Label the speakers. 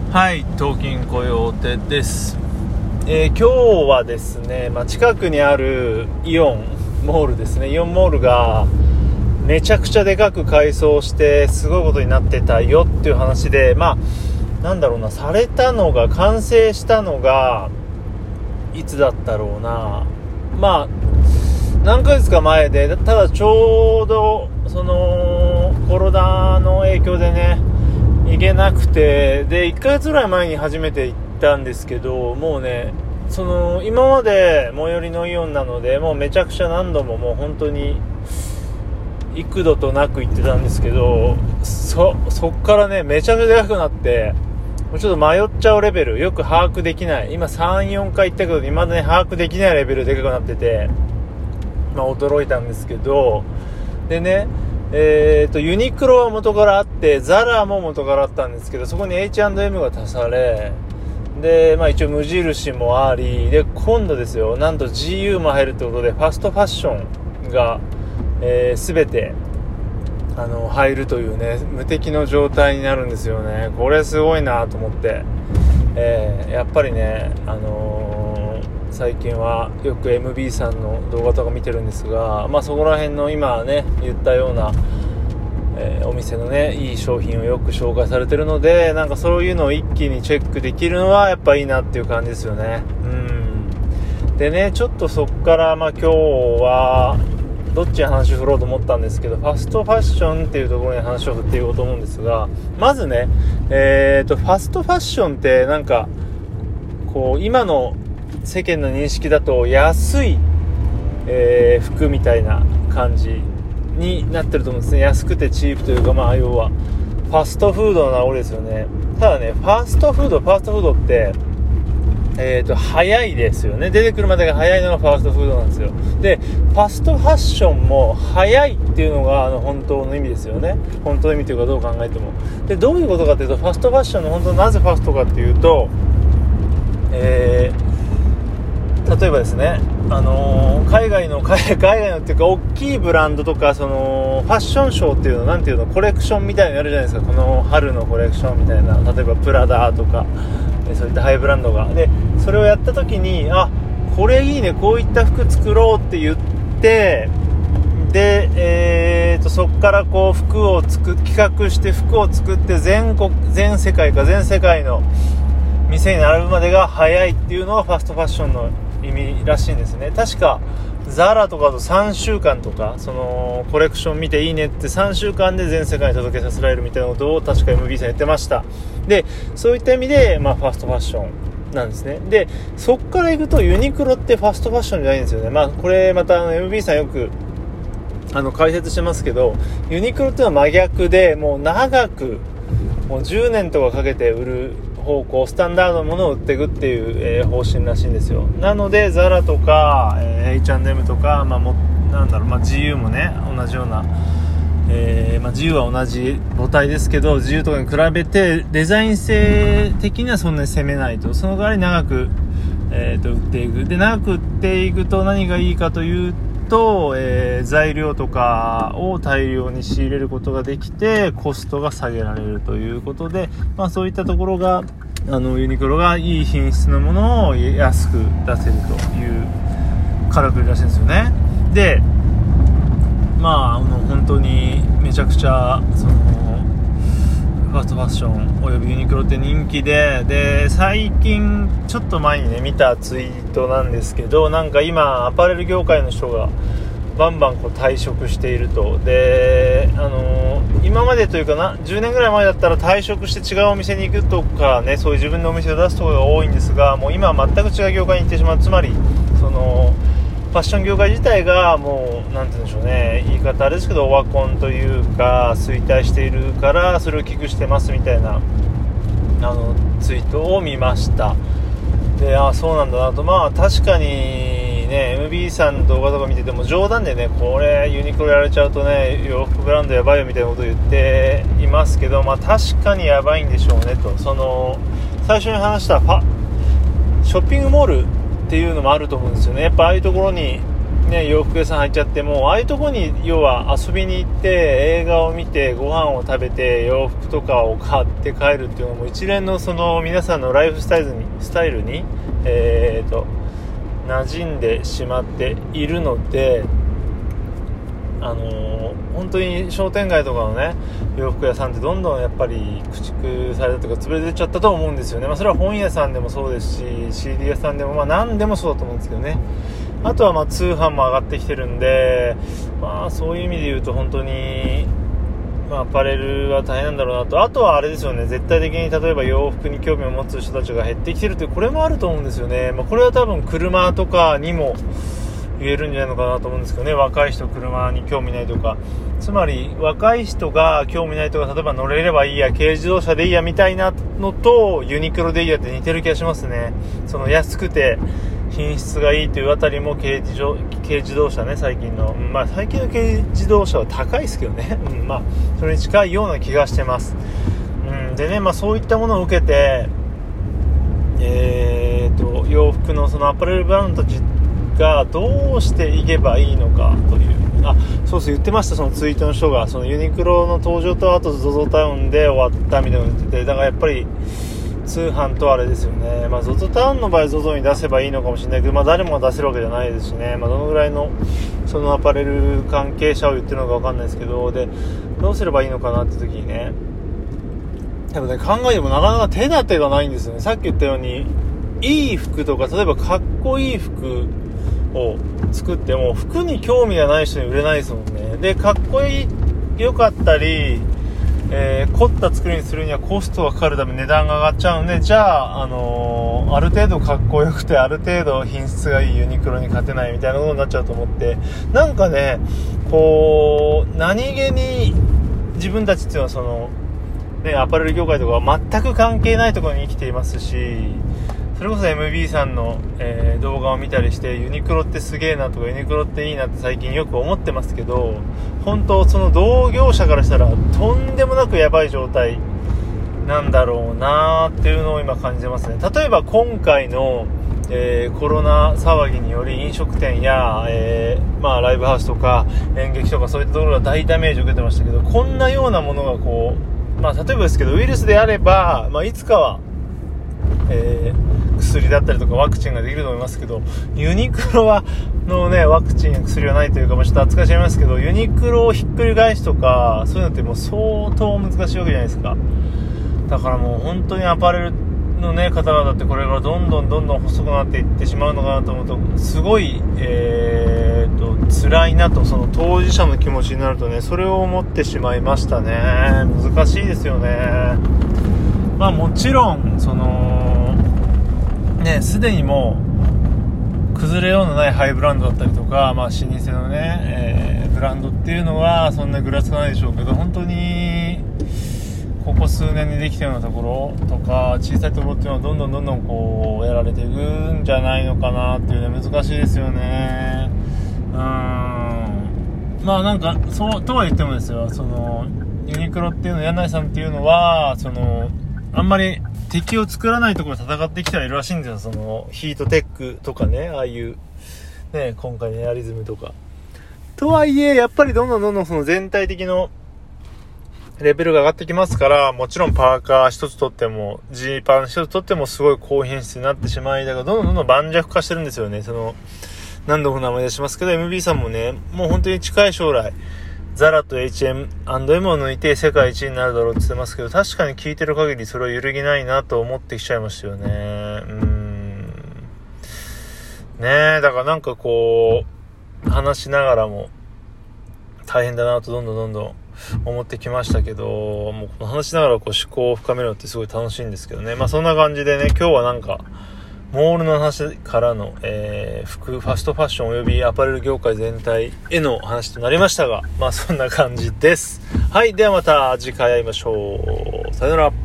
Speaker 1: はい、東京コヨーテです。今日はですね、近くにあるイオンモールですね。イオンモールがめちゃくちゃでかく改装してすごいことになってたよっていう話で、されたのが完成したのがいつだったろうな。何ヶ月か前で、ただちょうどそのコロナの影響でね行けなくて、で1ヶ月ぐらい前に初めて行ったんですけど、もうね今まで最寄りのイオンなのでもうめちゃくちゃ何度ももう本当に幾度となく行ってたんですけど、そっからねめちゃくちゃでかくなって、ちょっと迷っちゃうレベル、よく把握できない、今 3,4 回行ったけど未だに把握できないレベルでかくなってて、驚いたんですけど、でねユニクロは元からあって、ザラも元からあったんですけど、そこに H&M が足され、で、一応無印もあり、で今度ですよ、なんと GU も入るってことでファストファッションが、全て入るというね、無敵の状態になるんですよね。これすごいなと思って、やっぱりね、最近はよく MB さんの動画とか見てるんですが、そこら辺の今ね言ったような、お店のねいい商品をよく紹介されてるので、なんかそういうのを一気にチェックできるのはやっぱいいなっていう感じですよね。でね、ちょっとそっから今日はどっちに話を振ろうと思ったんですけど、ファストファッションっていうところに話を振っていこうと思うんですが、まずね、ファストファッションってなんかこう今の世間の認識だと安い、服みたいな感じになってると思うんですね。安くてチープというか、要はファストフードの名残ですよね。ただね、ファストフードって、早いですよね。出てくるまでが早いのがファーストフードなんですよ。でファストファッションも早いっていうのが本当の意味ですよね。本当の意味というかどう考えても。でどういうことかというと、ファストファッションの本当なぜファストかっていうと、例えばですね、海外のっていうか大きいブランドとか、そのファッションショーっていうのコレクションみたいなのやるじゃないですか。この春のコレクションみたいな、例えばプラダとかそういったハイブランドが、でそれをやった時に、これいいね、こういった服作ろうって言って、でそこからこう企画して服を作って、全世界の店に並ぶまでが早いっていうのがファストファッションの意味らしいんですね。確かザラとかだと3週間とか、そのコレクション見ていいねって3週間で全世界に届けさせられるみたいなことを確か MB さん言ってました。でそういった意味で、ファストファッションなんですね。でそっからいくと、ユニクロってファストファッションじゃないんですよね。これまたMB さんよく解説してますけど、ユニクロっていうのは真逆で、もう長くもう10年とかかけて売る方向、スタンダードのものを売っていくっていう、方針らしいんですよ。なのでザラとか、H&M とか、GU もね同じような、GU は同じ母体ですけど、GU とかに比べてデザイン性的にはそんなに攻めないと。その代わり長く、売っていく。で長く売っていくと何がいいかというと、材料とかを大量に仕入れることができて、コストが下げられるということで、そういったところがユニクロがいい品質のものを安く出せるというからくりらしいんですよね。で本当にめちゃくちゃファストファッションおよびユニクロって人気で、最近ちょっと前にね見たツイートなんですけど、今アパレル業界の人がバンバン退職していると。で今までというか10年ぐらい前だったら退職して違うお店に行くとかね、そういう自分のお店を出すところが多いんですが、もう今は全く違う業界に行ってしまう。つまりファッション業界自体がもうなんて言うんでしょうね、言い方あれですけどオワコンというか衰退しているから、それを危惧してますみたいなツイートを見ました。でそうなんだなと。確かにね MB さんの動画とか見てても冗談でね、これユニクロやられちゃうとね洋服ブランドやばいよみたいなことを言っていますけど、確かにやばいんでしょうねと。最初に話したショッピングモールっていうのもあると思うんですよね。やっぱああいうところに洋服屋さん入っちゃっても、ああいうとこに要は遊びに行って映画を見てご飯を食べて洋服とかを買って帰るっていうのも一連のその皆さんのライフスタイルに馴染んでしまっているので、本当に商店街とかのね洋服屋さんってどんどんやっぱり駆逐されたとか潰れてっちゃったと思うんですよね。それは本屋さんでもそうですし CD 屋さんでも何でもそうだと思うんですけどね。あとは通販も上がってきてるんで、そういう意味で言うと本当にアパレルは大変なんだろうなと。あとはあれですよね、絶対的に例えば洋服に興味を持つ人たちが減ってきてるという、これもあると思うんですよね。これは多分車とかにも言えるんじゃないのかなと思うんですけどね。若い人車に興味ないとか、つまり若い人が興味ないとか、例えば乗れればいいや、軽自動車でいいやみたいなのとユニクロでいいやって似てる気がしますね。その安くて品質がいいというあたりも軽自動車ね、最近の最近の軽自動車は高いですけどね、それに近いような気がしてます。でね、そういったものを受けて洋服のそのアパレルブランドたちがどうしていけばいいのかという、そう言ってました。そのツイートの人がそのユニクロの登場とあと ZOZO タウンで終わったみたいなのを言ってて、だからやっぱり通販とあれですよね。ZOZO タウンの場合 ZOZO に出せばいいのかもしれないけど、誰もが出せるわけじゃないですしね。どのぐらいのそのアパレル関係者を言ってるのか分かんないですけど、でどうすればいいのかなって時にね、でもね、考えてもなかなか手立てがないんですよね。さっき言ったようにいい服とか、例えばかっこいい服を作っても服に興味がない人に売れないですもんね。でかっこよかったり、凝った作りにするにはコストがかかるため値段が上がっちゃうんで、じゃあ、ある程度かっこよくてある程度品質がいいユニクロに勝てないみたいなことになっちゃうと思って、なんかね何気に自分たちっていうのはそのアパレル業界とかは全く関係ないところに生きていますし、それこそ MB さんの、動画を見たりしてユニクロってすげえなとかユニクロっていいなって最近よく思ってますけど、本当その同業者からしたらとんでもなくやばい状態なんだろうなっていうのを今感じてますね。例えば今回の、コロナ騒ぎにより飲食店や、ライブハウスとか演劇とかそういったところが大ダメージを受けてましたけど、こんなようなものが例えばですけどウイルスであれば、いつかは、薬だったりとかワクチンができると思いますけど、ユニクロのねワクチンや薬はないというか、ちょっと扱いちゃいますけど、ユニクロをひっくり返しとかそういうのってもう相当難しいわけじゃないですか。だからもう本当にアパレルのね方々ってこれからどんどん細くなっていってしまうのかなと思うと、すごい辛いなと、その当事者の気持ちになるとね、それを思ってしまいましたね。難しいですよね。もちろんそのすでにもう崩れようのないハイブランドだったりとか、老舗のね、ブランドっていうのはそんなぐらつかないでしょうけど、本当にここ数年にできたようなところとか小さいところっていうのはどんどんやられていくんじゃないのかなっていうね、難しいですよね。なんかそうとは言ってもですよ、そのユニクロっていうの、柳井さんっていうのはそのあんまり敵を作らないところで戦ってきてはいるらしいんですよ。そのヒートテックとかね、ああいうね、今回のエアリズムとかとはいえ、やっぱりどんどんその全体的のレベルが上がってきますから、もちろんパーカー一つ取ってもジーパン一つ取ってもすごい高品質になってしまい、だからどんどん盤石化してるんですよね。その何度も名前出しますけど MB さんもね、もう本当に近い将来ザラと H&M を抜いて世界一になるだろうって言ってますけど、確かに聞いてる限りそれは揺るぎないなと思ってきちゃいましたよね。だからなんか話しながらも大変だなとどんどん思ってきましたけど、もう話しながら思考を深めるのってすごい楽しいんですけどね。そんな感じでね、今日はなんかモールの話からの、ファストファッションおよびアパレル業界全体への話となりましたが、そんな感じです。はい、ではまた次回会いましょう。さよなら。